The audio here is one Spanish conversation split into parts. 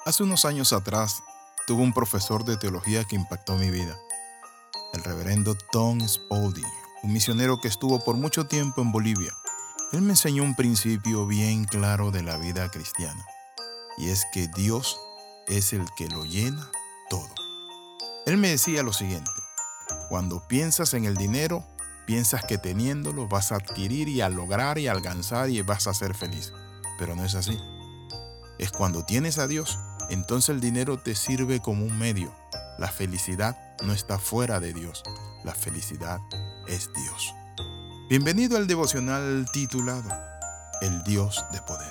Hace unos años atrás, tuve un profesor de teología que impactó mi vida, el reverendo Tom Spaulding, un misionero que estuvo por mucho tiempo en Bolivia. Él me enseñó un principio bien claro de la vida cristiana, y es que Dios es el que lo llena todo. Él me decía lo siguiente: cuando piensas en el dinero, piensas que teniéndolo vas a adquirir y a lograr y a alcanzar y vas a ser feliz. Pero no es así. Es cuando tienes a Dios, entonces el dinero te sirve como un medio. La felicidad no está fuera de Dios. La felicidad es Dios. Bienvenido al devocional titulado El Dios de Poder.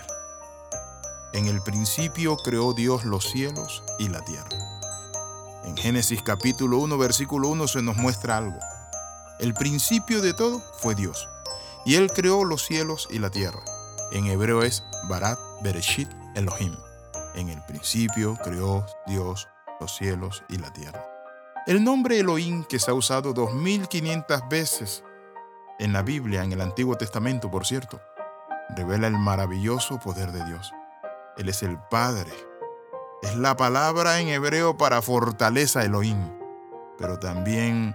En el principio creó Dios los cielos y la tierra. En Génesis capítulo 1, versículo 1 se nos muestra algo. El principio de todo fue Dios, y Él creó los cielos y la tierra. En hebreo es Barat Bereshit Elohim. En el principio creó Dios los cielos y la tierra. El nombre Elohim, que se ha usado 2500 veces en la Biblia, en el Antiguo Testamento, por cierto, revela el maravilloso poder de Dios. Él es el Padre. Es la palabra en hebreo para fortaleza, Elohim. Pero también,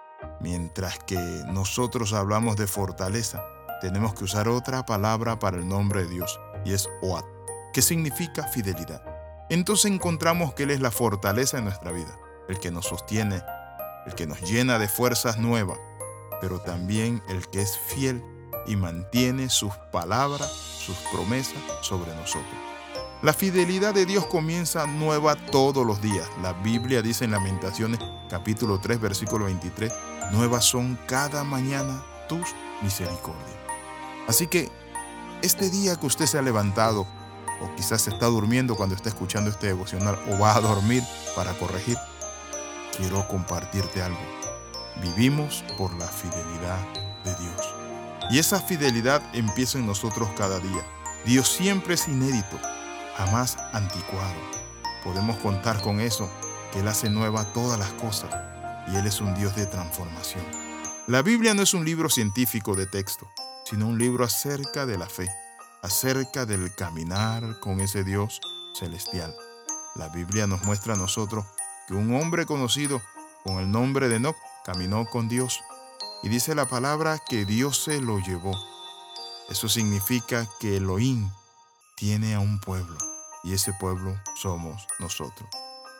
mientras que nosotros hablamos de fortaleza, tenemos que usar otra palabra para el nombre de Dios, y es Oat, que significa fidelidad. Entonces encontramos que Él es la fortaleza en nuestra vida, el que nos sostiene, el que nos llena de fuerzas nuevas, pero también el que es fiel y mantiene sus palabras, sus promesas sobre nosotros. La fidelidad de Dios comienza nueva todos los días. La Biblia dice en Lamentaciones capítulo 3, versículo 23, nuevas son cada mañana tus misericordias. Así que este día que usted se ha levantado, o quizás está durmiendo cuando está escuchando este devocional, o va a dormir para corregir, quiero compartirte algo. Vivimos por la fidelidad de Dios. Y esa fidelidad empieza en nosotros cada día. Dios siempre es inédito, jamás anticuado. Podemos contar con eso, que Él hace nueva todas las cosas, y Él es un Dios de transformación. La Biblia no es un libro científico de texto, sino un libro acerca de la fe, acerca del caminar con ese Dios celestial. La Biblia nos muestra a nosotros que un hombre conocido con el nombre de Enoc caminó con Dios, y dice la palabra que Dios se lo llevó. Eso significa que Elohim tiene a un pueblo, y ese pueblo somos nosotros.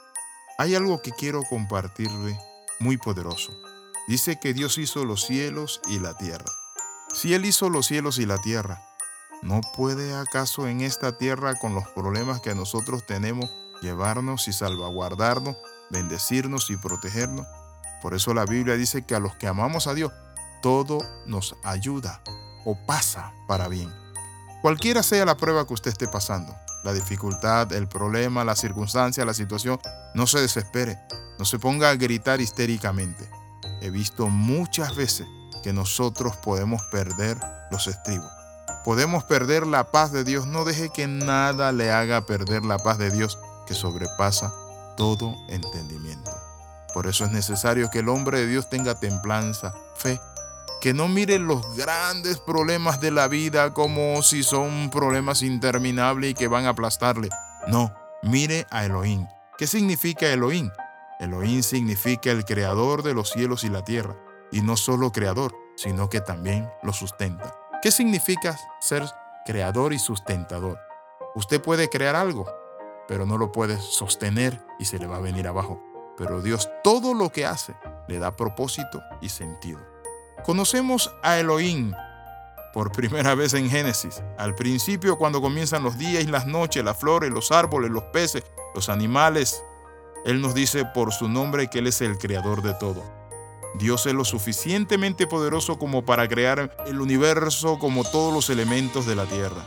Hay algo que quiero compartirle muy poderoso. Dice que Dios hizo los cielos y la tierra. Si Él hizo los cielos y la tierra, ¿no puede acaso en esta tierra, con los problemas que nosotros tenemos, llevarnos y salvaguardarnos, bendecirnos y protegernos? Por eso la Biblia dice que a los que amamos a Dios, todo nos ayuda o pasa para bien. Cualquiera sea la prueba que usted esté pasando, la dificultad, el problema, la circunstancia, la situación, no se desespere, no se ponga a gritar histéricamente. He visto muchas veces que nosotros podemos perder los estribos. Podemos perder la paz de Dios. No deje que nada le haga perder la paz de Dios, que sobrepasa todo entendimiento. Por eso es necesario que el hombre de Dios tenga templanza, fe, que no mire los grandes problemas de la vida como si son problemas interminables y que van a aplastarle. No, mire a Elohim. ¿Qué significa Elohim? Elohim significa el creador de los cielos y la tierra. Y no solo creador, sino que también lo sustenta. ¿Qué significa ser creador y sustentador? Usted puede crear algo, pero no lo puede sostener y se le va a venir abajo. Pero Dios todo lo que hace le da propósito y sentido. Conocemos a Elohim por primera vez en Génesis. Al principio, cuando comienzan los días y las noches, las flores, los árboles, los peces, los animales, Él nos dice por su nombre que Él es el creador de todo. Dios es lo suficientemente poderoso como para crear el universo como todos los elementos de la tierra.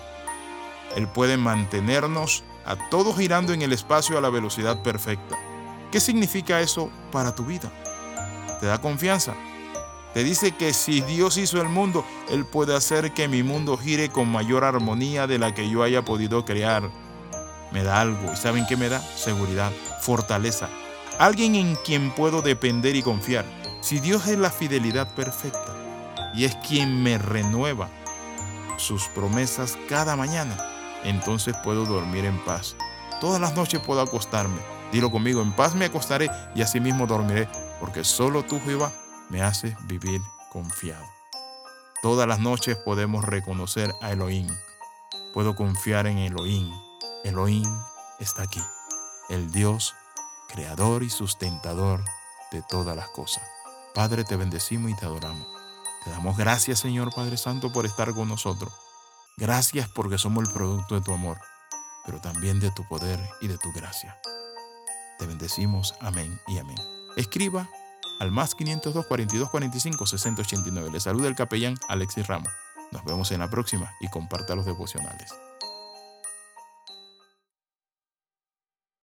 Él puede mantenernos a todos girando en el espacio a la velocidad perfecta. ¿Qué significa eso para tu vida? ¿Te da confianza? Te dice que si Dios hizo el mundo, Él puede hacer que mi mundo gire con mayor armonía de la que yo haya podido crear. Me da algo. ¿Y saben qué me da? Seguridad, fortaleza. Alguien en quien puedo depender y confiar. Si Dios es la fidelidad perfecta y es quien me renueva sus promesas cada mañana, entonces puedo dormir en paz. Todas las noches puedo acostarme. Dilo conmigo, en paz me acostaré y asimismo dormiré, porque solo tú, Jehová, me haces vivir confiado. Todas las noches podemos reconocer a Elohim. Puedo confiar en Elohim. Elohim está aquí, el Dios creador y sustentador de todas las cosas. Padre, te bendecimos y te adoramos. Te damos gracias, Señor Padre Santo, por estar con nosotros. Gracias porque somos el producto de tu amor, pero también de tu poder y de tu gracia. Te bendecimos. Amén y amén. Escriba al más 502 42 45 60 89. Le saluda el capellán Alexis Ramos. Nos vemos en la próxima y comparta los devocionales.